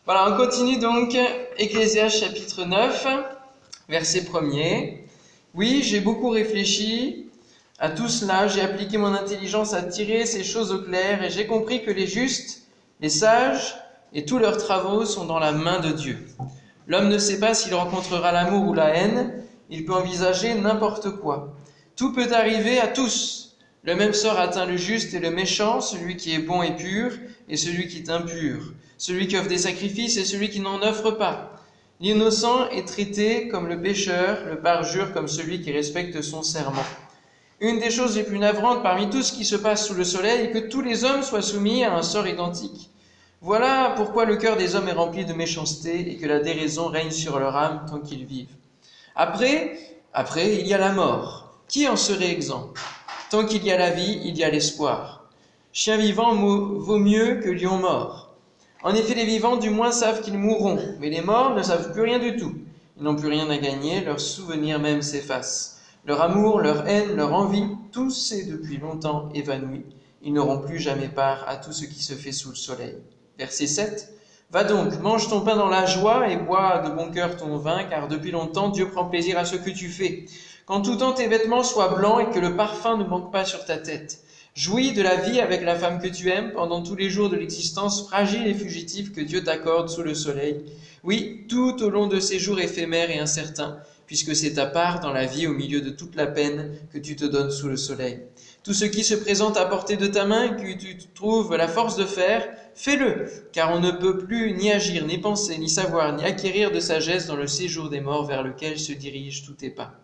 Voilà, on continue donc Ecclésiaste chapitre 9, verset 1er. Oui, j'ai beaucoup réfléchi à tout cela, j'ai appliqué mon intelligence à tirer ces choses au clair et j'ai compris que les justes, les sages et tous leurs travaux sont dans la main de Dieu. L'homme ne sait pas s'il rencontrera l'amour ou la haine, il peut envisager n'importe quoi. Tout peut arriver à tous. Le même sort atteint le juste et le méchant, celui qui est bon et pur et celui qui est impur, celui qui offre des sacrifices et celui qui n'en offre pas. L'innocent est traité comme le pécheur, le parjure comme celui qui respecte son serment. Une des choses les plus navrantes parmi tout ce qui se passe sous le soleil est que tous les hommes soient soumis à un sort identique. Voilà pourquoi le cœur des hommes est rempli de méchanceté et que la déraison règne sur leur âme tant qu'ils vivent. Après, il y a la mort. Qui en serait exempt? Tant qu'il y a la vie, il y a l'espoir. Chien vivant vaut mieux que lion mort. En effet, les vivants du moins savent qu'ils mourront, mais les morts ne savent plus rien du tout. Ils n'ont plus rien à gagner, leurs souvenirs même s'effacent. Leur amour, leur haine, leur envie, tout s'est depuis longtemps évanoui. Ils n'auront plus jamais part à tout ce qui se fait sous le soleil. Verset 7. Va donc, mange ton pain dans la joie et bois de bon cœur ton vin, car depuis longtemps Dieu prend plaisir à ce que tu fais. Qu'en tout temps tes vêtements soient blancs et que le parfum ne manque pas sur ta tête. Jouis de la vie avec la femme que tu aimes pendant tous les jours de l'existence fragile et fugitive que Dieu t'accorde sous le soleil. Oui, tout au long de ces jours éphémères et incertains, puisque c'est ta part dans la vie au milieu de toute la peine que tu te donnes sous le soleil. Tout ce qui se présente à portée de ta main et que tu trouves la force de faire, fais-le, car on ne peut plus ni agir, ni penser, ni savoir, ni acquérir de sagesse dans le séjour des morts vers lequel se dirigent tous tes pas.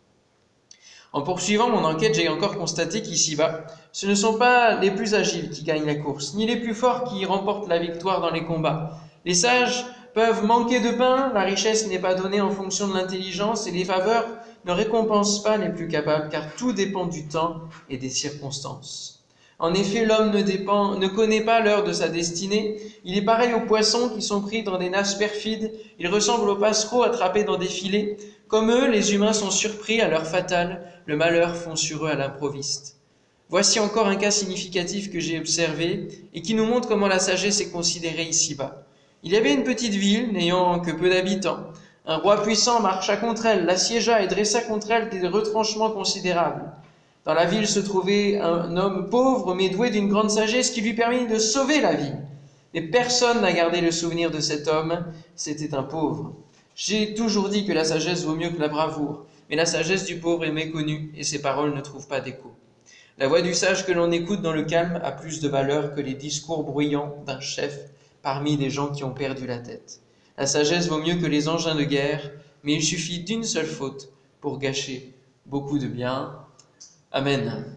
En poursuivant mon enquête, j'ai encore constaté qu'ici-bas, ce ne sont pas les plus agiles qui gagnent la course, ni les plus forts qui remportent la victoire dans les combats. Les sages peuvent manquer de pain, la richesse n'est pas donnée en fonction de l'intelligence et les faveurs ne récompensent pas les plus capables, car tout dépend du temps et des circonstances. En effet, l'homme ne connaît pas l'heure de sa destinée. Il est pareil aux poissons qui sont pris dans des nasses perfides. Il ressemble aux passereaux attrapés dans des filets. Comme eux, les humains sont surpris à l'heure fatale. Le malheur fond sur eux à l'improviste. Voici encore un cas significatif que j'ai observé et qui nous montre comment la sagesse est considérée ici-bas. Il y avait une petite ville n'ayant que peu d'habitants. Un roi puissant marcha contre elle, l'assiégea et dressa contre elle des retranchements considérables. Dans la ville se trouvait un homme pauvre mais doué d'une grande sagesse qui lui permit de sauver la vie. Mais personne n'a gardé le souvenir de cet homme, c'était un pauvre. J'ai toujours dit que la sagesse vaut mieux que la bravoure, mais la sagesse du pauvre est méconnue et ses paroles ne trouvent pas d'écho. La voix du sage que l'on écoute dans le calme a plus de valeur que les discours bruyants d'un chef parmi des gens qui ont perdu la tête. La sagesse vaut mieux que les engins de guerre, mais il suffit d'une seule faute pour gâcher beaucoup de bien. Amen.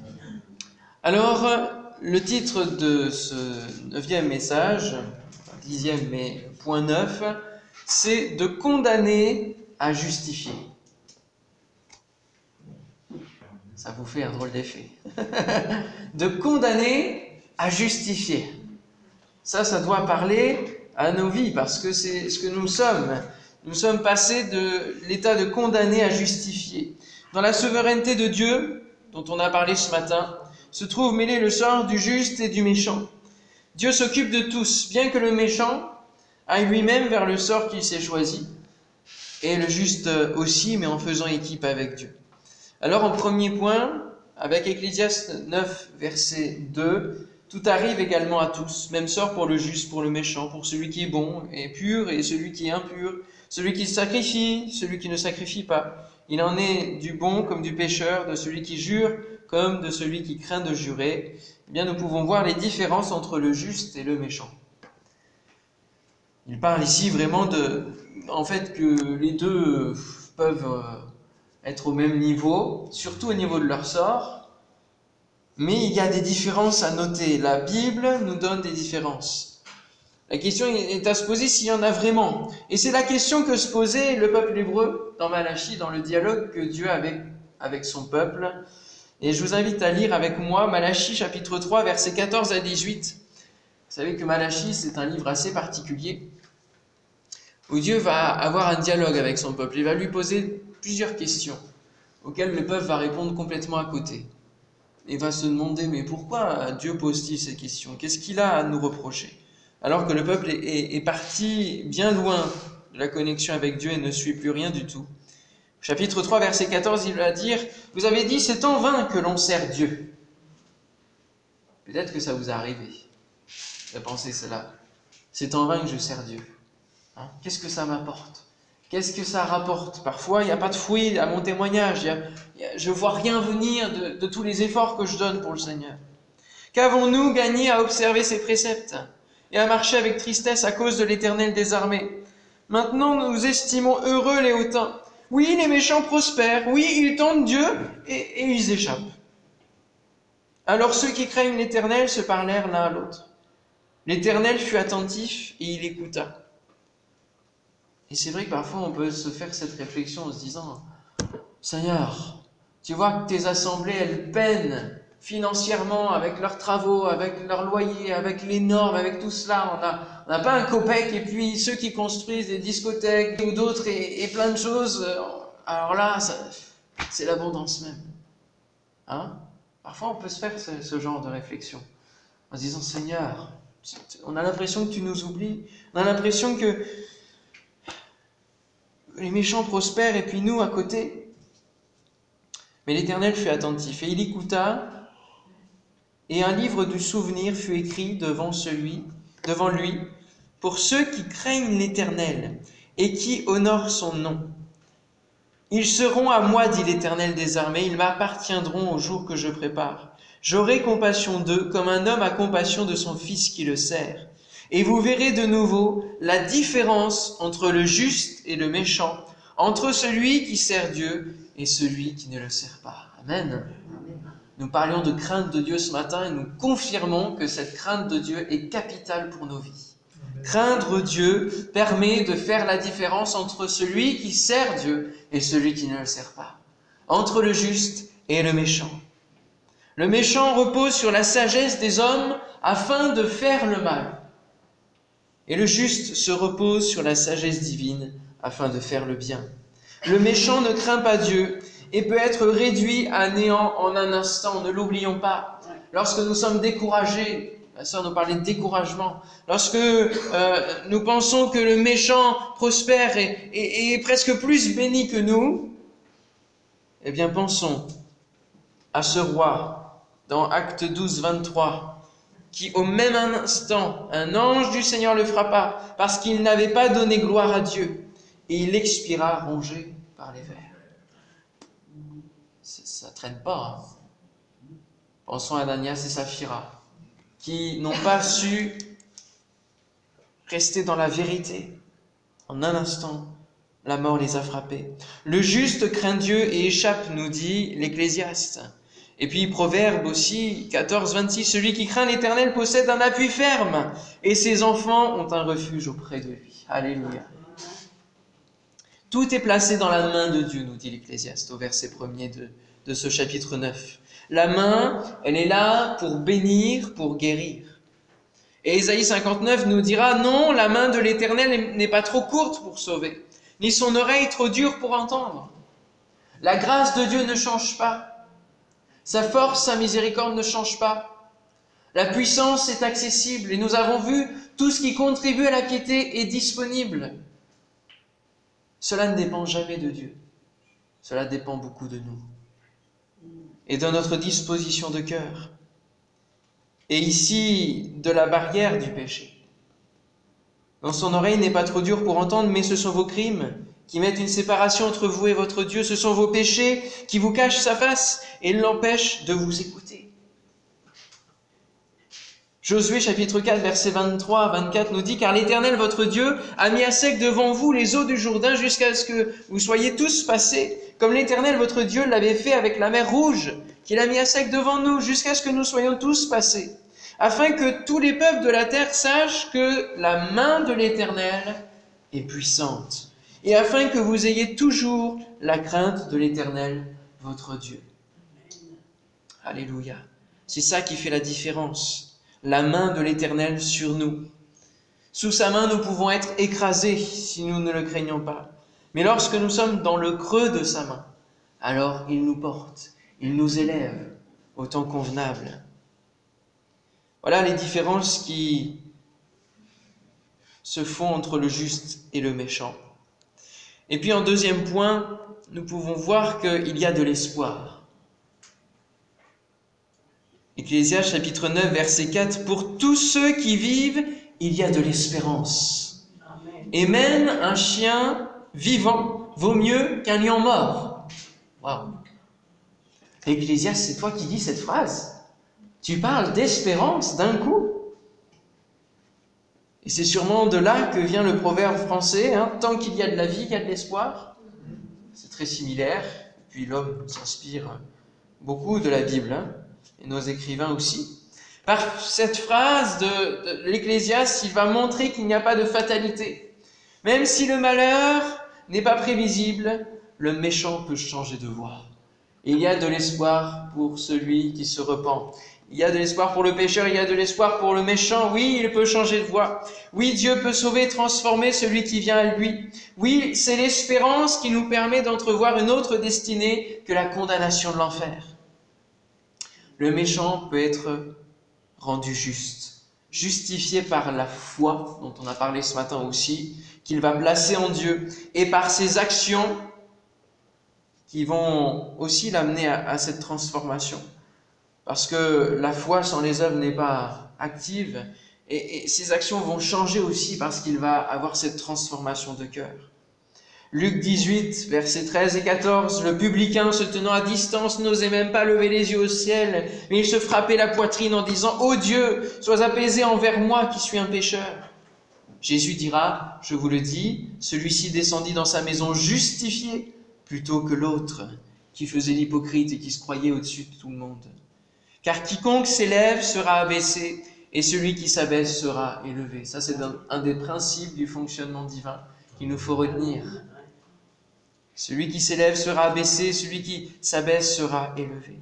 Alors, le titre de ce 9e message, 10e mais point 9, c'est de condamner à justifier. Ça vous fait un drôle d'effet. De condamner à justifier. Ça doit parler à nos vies parce que c'est ce que nous sommes. Nous sommes passés de l'état de condamner à justifier. Dans la souveraineté de Dieu, dont on a parlé ce matin, se trouve mêlé le sort du juste et du méchant. Dieu s'occupe de tous, bien que le méchant aille lui-même vers le sort qu'il s'est choisi, et le juste aussi, mais en faisant équipe avec Dieu. Alors en premier point, avec Ecclésiaste 9, verset 2, tout arrive également à tous, même sort pour le juste, pour le méchant, pour celui qui est bon et pur et celui qui est impur, celui qui sacrifie, celui qui ne sacrifie pas. Il en est du bon comme du pécheur, de celui qui jure comme de celui qui craint de jurer. Eh bien, nous pouvons voir les différences entre le juste et le méchant. Il parle ici vraiment en fait, que les deux peuvent être au même niveau, surtout au niveau de leur sort, mais il y a des différences à noter. La Bible nous donne des différences. La question est à se poser s'il y en a vraiment. Et c'est la question que se posait le peuple hébreu dans Malachie, dans le dialogue que Dieu avait avec son peuple. Et je vous invite à lire avec moi Malachie chapitre 3, versets 14 à 18. Vous savez que Malachie, c'est un livre assez particulier, où Dieu va avoir un dialogue avec son peuple. Il va lui poser plusieurs questions, auxquelles le peuple va répondre complètement à côté. Il va se demander, mais pourquoi Dieu pose-t-il ces questions? Qu'est-ce qu'il a à nous reprocher? alors que le peuple est parti bien loin de la connexion avec Dieu et ne suit plus rien du tout. Chapitre 3, verset 14, il va dire « Vous avez dit, c'est en vain que l'on sert Dieu. » Peut-être que ça vous est arrivé de penser cela. C'est en vain que je sers Dieu. Hein? Qu'est-ce que ça m'apporte? Qu'est-ce que ça rapporte? Parfois, il n'y a pas de fruit à mon témoignage. Je ne vois rien venir de tous les efforts que je donne pour le Seigneur. Qu'avons-nous gagné à observer ses préceptes et à marcher avec tristesse à cause de l'Éternel des armées? Maintenant, nous estimons heureux les hautains. Oui, les méchants prospèrent. Oui, ils tentent Dieu et ils échappent. Alors ceux qui craignent l'Éternel se parlèrent l'un à l'autre. L'Éternel fut attentif et il écouta. Et c'est vrai que parfois on peut se faire cette réflexion en se disant « Seigneur, tu vois que tes assemblées, elles peinent financièrement avec leurs travaux, avec leurs loyers, avec les normes, avec tout cela. On n'a pas un copec et puis ceux qui construisent des discothèques ou d'autres et plein de choses. Alors là, c'est l'abondance même. Hein? Parfois on peut se faire ce genre de réflexion en se disant « Seigneur, on a l'impression que tu nous oublies, on a l'impression que les méchants prospèrent et puis nous à côté. » Mais l'Éternel fut attentif et il écouta, et un livre du souvenir fut écrit devant lui, pour ceux qui craignent l'Éternel et qui honorent son nom. Ils seront à moi, dit l'Éternel des armées, ils m'appartiendront au jour que je prépare. J'aurai compassion d'eux comme un homme a compassion de son fils qui le sert. Et vous verrez de nouveau la différence entre le juste et le méchant, entre celui qui sert Dieu et celui qui ne le sert pas. Amen. Nous parlions de crainte de Dieu ce matin et nous confirmons que cette crainte de Dieu est capitale pour nos vies. Craindre Dieu permet de faire la différence entre celui qui sert Dieu et celui qui ne le sert pas, entre le juste et le méchant. Le méchant repose sur la sagesse des hommes afin de faire le mal. Et le juste se repose sur la sagesse divine afin de faire le bien. Le méchant ne craint pas Dieu et peut être réduit à néant en un instant. Ne l'oublions pas. Lorsque nous sommes découragés, ma sœur nous parlait de découragement, lorsque nous pensons que le méchant prospère et est presque plus béni que nous, eh bien pensons à ce roi dans Actes 12, 23, qui au même instant, un ange du Seigneur le frappa parce qu'il n'avait pas donné gloire à Dieu et il expira rongé par les vers. Ça ne traîne pas. Hein. Pensons à Ananias et Saphira qui n'ont pas su rester dans la vérité. En un instant, la mort les a frappés. Le juste craint Dieu et échappe, nous dit l'Ecclésiaste. Et puis Proverbe aussi, 14, 26, celui qui craint l'Éternel possède un appui ferme et ses enfants ont un refuge auprès de lui. Alléluia. Tout est placé dans la main de Dieu, nous dit l'Ecclésiaste au verset 1er de ce chapitre 9. La main, elle est là pour bénir, pour guérir. Et Ésaïe 59 nous dira, non, la main de l'Éternel n'est pas trop courte pour sauver, ni son oreille trop dure pour entendre. La grâce de Dieu ne change pas. Sa force, sa miséricorde ne change pas. La puissance est accessible et nous avons vu tout ce qui contribue à la piété est disponible. Cela ne dépend jamais de Dieu. Cela dépend beaucoup de nous et de notre disposition de cœur. Et ici, de la barrière du péché. Dans son oreille n'est pas trop dure pour entendre, mais ce sont vos crimes qui mettent une séparation entre vous et votre Dieu. Ce sont vos péchés qui vous cachent sa face et l'empêchent de vous écouter. Josué chapitre 4, versets 23 à 24 nous dit « Car l'Éternel, votre Dieu, a mis à sec devant vous les eaux du Jourdain jusqu'à ce que vous soyez tous passés, comme l'Éternel, votre Dieu, l'avait fait avec la mer Rouge, qu'il a mis à sec devant nous jusqu'à ce que nous soyons tous passés, afin que tous les peuples de la terre sachent que la main de l'Éternel est puissante, et afin que vous ayez toujours la crainte de l'Éternel, votre Dieu. » Alléluia. C'est ça qui fait la différence. La main de l'Éternel sur nous. Sous sa main, nous pouvons être écrasés si nous ne le craignons pas. Mais lorsque nous sommes dans le creux de sa main, alors il nous porte, il nous élève au temps convenable. Voilà les différences qui se font entre le juste et le méchant. Et puis en deuxième point, nous pouvons voir qu'il y a de l'espoir. Ecclésiaste chapitre 9, verset 4, « Pour tous ceux qui vivent, il y a de l'espérance. Et même un chien vivant vaut mieux qu'un lion mort. » Waouh! Ecclésiaste, c'est toi qui dis cette phrase. Tu parles d'espérance d'un coup. Et c'est sûrement de là que vient le proverbe français, hein, tant qu'il y a de la vie, il y a de l'espoir. C'est très similaire. Puis l'homme s'inspire beaucoup de la Bible, hein, et nos écrivains aussi. Par cette phrase de l'Ecclésiaste, il va montrer qu'il n'y a pas de fatalité. Même si le malheur n'est pas prévisible, le méchant peut changer de voie. Et il y a de l'espoir pour celui qui se repent. Il y a de l'espoir pour le pécheur, il y a de l'espoir pour le méchant. Oui, il peut changer de voie. Oui, Dieu peut sauver, transformer celui qui vient à lui. Oui, c'est l'espérance qui nous permet d'entrevoir une autre destinée que la condamnation de l'enfer. Le méchant peut être rendu juste, justifié par la foi, dont on a parlé ce matin aussi, qu'il va placer en Dieu, et par ses actions qui vont aussi l'amener à cette transformation. Parce que la foi sans les œuvres n'est pas active, et ses actions vont changer aussi parce qu'il va avoir cette transformation de cœur. Luc 18, versets 13 et 14, « Le publicain, se tenant à distance, n'osait même pas lever les yeux au ciel, mais il se frappait la poitrine en disant, « Ô Dieu, sois apaisé envers moi qui suis un pécheur. » Jésus dira, je vous le dis, celui-ci descendit dans sa maison justifié plutôt que l'autre, qui faisait l'hypocrite et qui se croyait au-dessus de tout le monde. Car quiconque s'élève sera abaissé, et celui qui s'abaisse sera élevé. » Ça, c'est un des principes du fonctionnement divin qu'il nous faut retenir. Celui qui s'élève sera abaissé, celui qui s'abaisse sera élevé.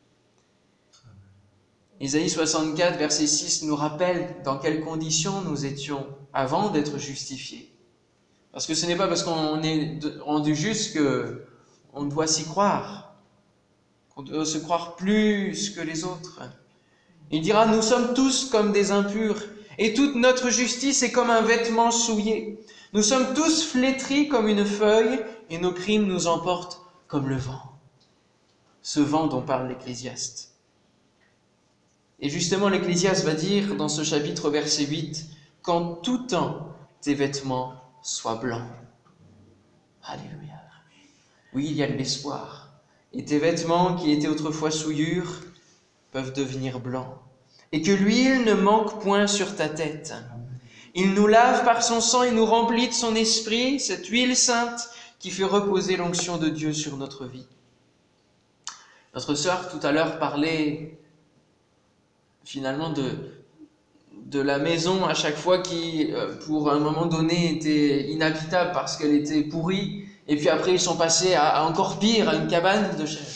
Isaïe 64, verset 6 nous rappelle dans quelles conditions nous étions avant d'être justifiés. Parce que ce n'est pas parce qu'on est rendu juste qu'on doit s'y croire, qu'on doit se croire plus que les autres. Il dira, nous sommes tous comme des impurs, et toute notre justice est comme un vêtement souillé. Nous sommes tous flétris comme une feuille, et nos crimes nous emportent comme le vent. Ce vent dont parle l'Ecclésiaste. Et justement, l'Ecclésiaste va dire dans ce chapitre, verset 8, « Qu'en tout temps, tes vêtements soient blancs. » Alléluia. Oui, il y a de l'espoir. Et tes vêtements qui étaient autrefois souillures peuvent devenir blancs. Et que l'huile ne manque point sur ta tête. Il nous lave par son sang et nous remplit de son esprit, cette huile sainte qui fait reposer l'onction de Dieu sur notre vie. Notre sœur tout à l'heure parlait finalement de la maison à chaque fois qui, pour un moment donné, était inhabitable parce qu'elle était pourrie, et puis après ils sont passés à encore pire, à une cabane de chair.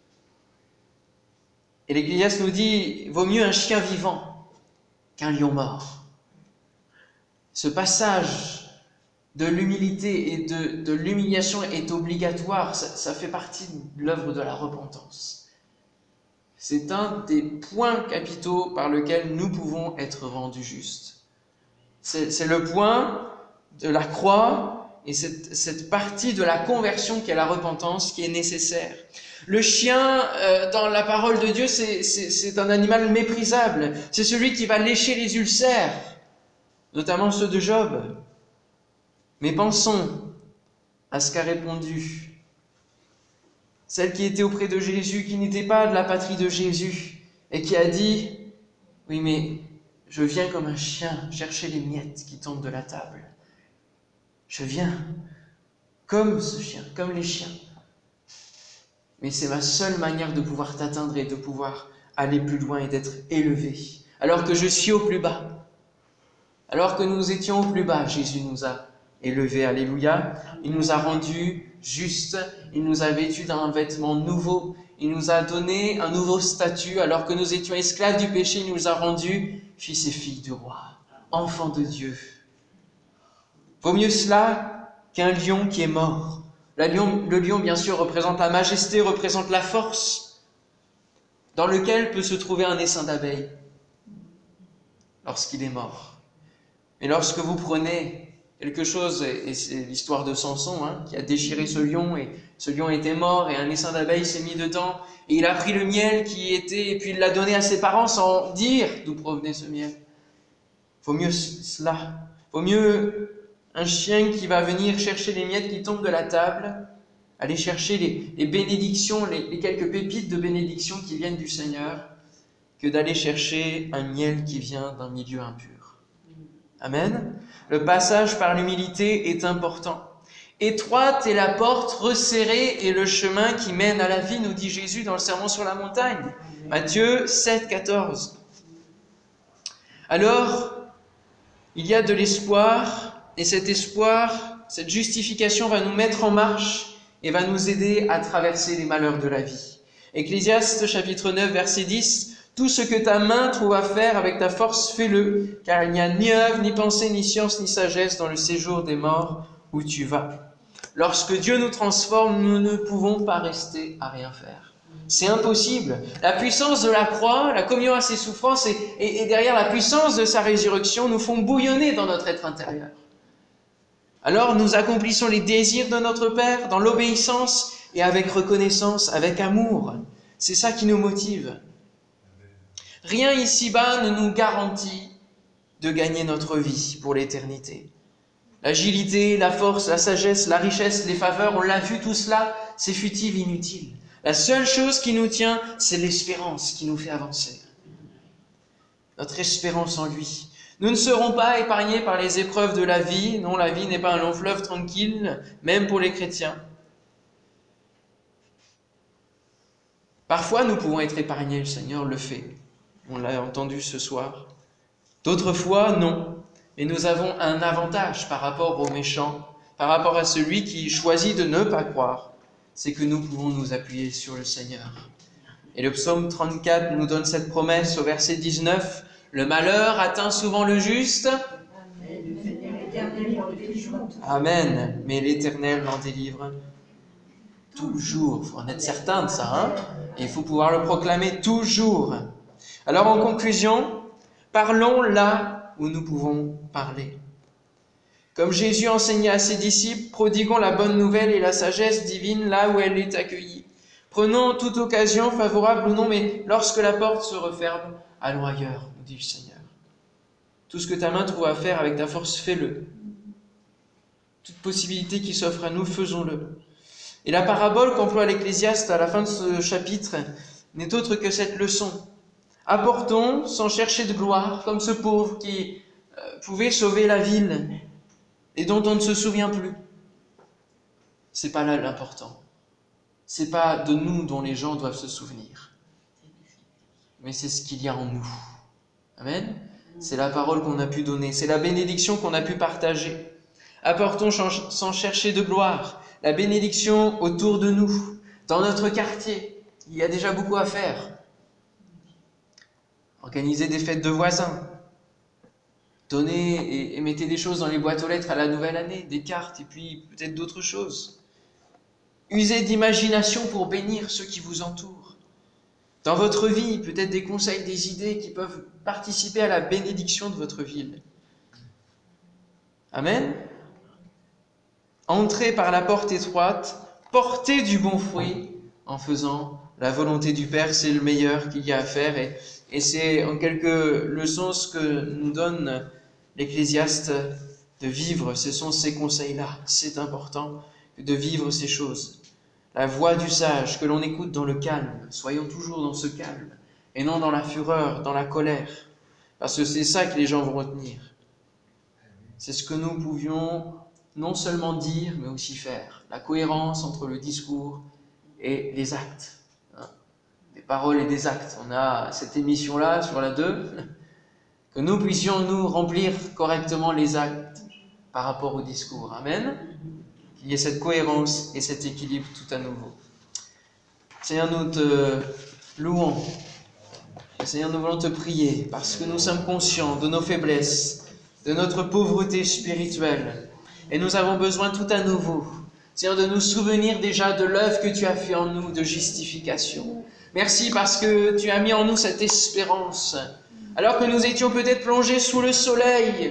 Et l'Ecclésiaste nous dit, vaut mieux un chien vivant qu'un lion mort. Ce passage de l'humilité et de l'humiliation est obligatoire, ça fait partie de l'œuvre de la repentance. C'est un des points capitaux par lesquels nous pouvons être rendus justes. C'est le point de la croix et cette partie de la conversion qui est la repentance qui est nécessaire. Le chien, dans la parole de Dieu, c'est un animal méprisable. C'est celui qui va lécher les ulcères, notamment ceux de Job. Mais pensons à ce qu'a répondu celle qui était auprès de Jésus, qui n'était pas de la patrie de Jésus, et qui a dit, « Oui, mais je viens comme un chien chercher les miettes qui tombent de la table. Je viens comme ce chien, comme les chiens. Mais c'est ma seule manière de pouvoir t'atteindre et de pouvoir aller plus loin et d'être élevé. Alors que je suis au plus bas, alors que nous étions au plus bas, Jésus nous a élevés. Alléluia. Il nous a rendus justes, il nous a vêtus d'un vêtement nouveau, il nous a donné un nouveau statut, alors que nous étions esclaves du péché, il nous a rendus fils et filles du roi, enfants de Dieu. Vaut mieux cela qu'un lion qui est mort. Le lion, bien sûr, représente la majesté, représente la force, dans lequel peut se trouver un essaim d'abeilles lorsqu'il est mort. Mais lorsque vous prenez quelque chose, et c'est l'histoire de Samson, qui a déchiré ce lion, et ce lion était mort, et un essaim d'abeilles s'est mis dedans, et il a pris le miel qui était, et puis il l'a donné à ses parents sans dire d'où provenait ce miel. Vaut mieux cela. Vaut mieux un chien qui va venir chercher les miettes qui tombent de la table, aller chercher les bénédictions, les quelques pépites de bénédiction qui viennent du Seigneur, que d'aller chercher un miel qui vient d'un milieu impur. Amen. Le passage par l'humilité est important. Étroite est la porte, resserrée est le chemin qui mène à la vie, nous dit Jésus dans le Sermon sur la montagne. Matthieu 7, 14. Alors, il y a de l'espoir, et cet espoir, cette justification va nous mettre en marche et va nous aider à traverser les malheurs de la vie. Ecclésiaste chapitre 9, verset 10. Tout ce que ta main trouve à faire avec ta force, fais-le, car il n'y a ni œuvre, ni pensée, ni science, ni sagesse dans le séjour des morts où tu vas. Lorsque Dieu nous transforme, nous ne pouvons pas rester à rien faire. C'est impossible. La puissance de la croix, la communion à ses souffrances et derrière la puissance de sa résurrection nous font bouillonner dans notre être intérieur. Alors nous accomplissons les désirs de notre Père dans l'obéissance et avec reconnaissance, avec amour. C'est ça qui nous motive. Rien ici-bas ne nous garantit de gagner notre vie pour l'éternité. L'agilité, la force, la sagesse, la richesse, les faveurs, on l'a vu tout cela, c'est futile, inutile. La seule chose qui nous tient, c'est l'espérance qui nous fait avancer. Notre espérance en lui. Nous ne serons pas épargnés par les épreuves de la vie. Non, la vie n'est pas un long fleuve tranquille, même pour les chrétiens. Parfois, nous pouvons être épargnés, le Seigneur le fait. On l'a entendu ce soir. D'autres fois, non. Mais nous avons un avantage par rapport aux méchants, par rapport à celui qui choisit de ne pas croire. C'est que nous pouvons nous appuyer sur le Seigneur. Et le psaume 34 nous donne cette promesse au verset 19. Le malheur atteint souvent le juste. Amen. Mais l'Éternel l'en délivre toujours. Il faut en être certain de ça. Et il faut pouvoir le proclamer toujours. Alors en conclusion, parlons là où nous pouvons parler. Comme Jésus enseignait à ses disciples, prodiguons la bonne nouvelle et la sagesse divine là où elle est accueillie. Prenons toute occasion, favorable ou non, mais lorsque la porte se referme, allons ailleurs, nous dit le Seigneur. Tout ce que ta main trouve à faire avec ta force, fais-le. Toute possibilité qui s'offre à nous, faisons-le. Et la parabole qu'emploie l'Ecclésiaste à la fin de ce chapitre n'est autre que cette leçon. Apportons sans chercher de gloire, comme ce pauvre qui pouvait sauver la ville et dont on ne se souvient plus. C'est pas là l'important. C'est pas de nous dont les gens doivent se souvenir. Mais c'est ce qu'il y a en nous. Amen. C'est la parole qu'on a pu donner. C'est la bénédiction qu'on a pu partager. Apportons sans chercher de gloire la bénédiction autour de nous, dans notre quartier. Il y a déjà beaucoup à faire. Organiser des fêtes de voisins. Donnez et mettez des choses dans les boîtes aux lettres à la nouvelle année, des cartes et puis peut-être d'autres choses. Usez d'imagination pour bénir ceux qui vous entourent. Dans votre vie, peut-être des conseils, des idées qui peuvent participer à la bénédiction de votre ville. Amen. Entrez par la porte étroite, portez du bon fruit en faisant la volonté du Père, c'est le meilleur qu'il y a à faire. Et c'est en quelques leçons ce que nous donne l'Ecclésiaste de vivre. Ce sont ces conseils-là. C'est important de vivre ces choses. La voix du sage, que l'on écoute dans le calme. Soyons toujours dans ce calme et non dans la fureur, dans la colère. Parce que c'est ça que les gens vont retenir. C'est ce que nous pouvions non seulement dire, mais aussi faire. La cohérence entre le discours et les actes. Des paroles et des actes. On a cette émission-là sur la 2. Que nous puissions nous remplir correctement les actes par rapport au discours. Amen. Qu'il y ait cette cohérence et cet équilibre tout à nouveau. Seigneur, nous te louons. Seigneur, nous voulons te prier parce que nous sommes conscients de nos faiblesses, de notre pauvreté spirituelle. Et nous avons besoin tout à nouveau, Seigneur, de nous souvenir déjà de l'œuvre que tu as fait en nous de justification. Merci parce que tu as mis en nous cette espérance. Alors que nous étions peut-être plongés sous le soleil,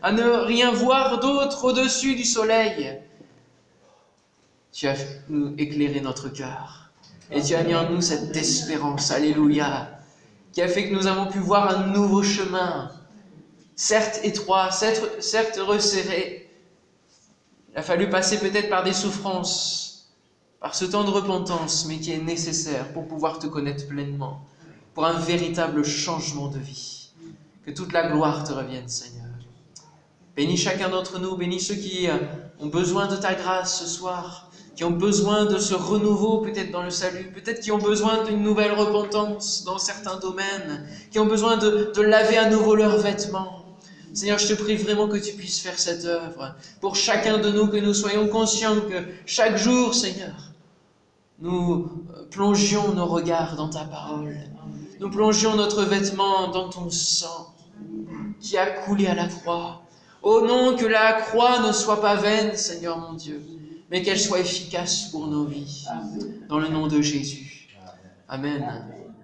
à ne rien voir d'autre au-dessus du soleil. Tu as nous éclairé notre cœur et tu as mis en nous cette espérance, alléluia, qui a fait que nous avons pu voir un nouveau chemin, certes étroit, certes resserré. Il a fallu passer peut-être par des souffrances, par ce temps de repentance, mais qui est nécessaire pour pouvoir te connaître pleinement, pour un véritable changement de vie. Que toute la gloire te revienne, Seigneur. Bénis chacun d'entre nous, bénis ceux qui ont besoin de ta grâce ce soir, qui ont besoin de ce renouveau peut-être dans le salut, peut-être qui ont besoin d'une nouvelle repentance dans certains domaines, qui ont besoin de laver à nouveau leurs vêtements. Seigneur, je te prie vraiment que tu puisses faire cette œuvre pour chacun de nous, que nous soyons conscients que chaque jour, Seigneur, nous plongions nos regards dans ta parole, nous plongions notre vêtement dans ton sang qui a coulé à la croix. Oh non, que la croix ne soit pas vaine, Seigneur mon Dieu, mais qu'elle soit efficace pour nos vies. Dans le nom de Jésus. Amen.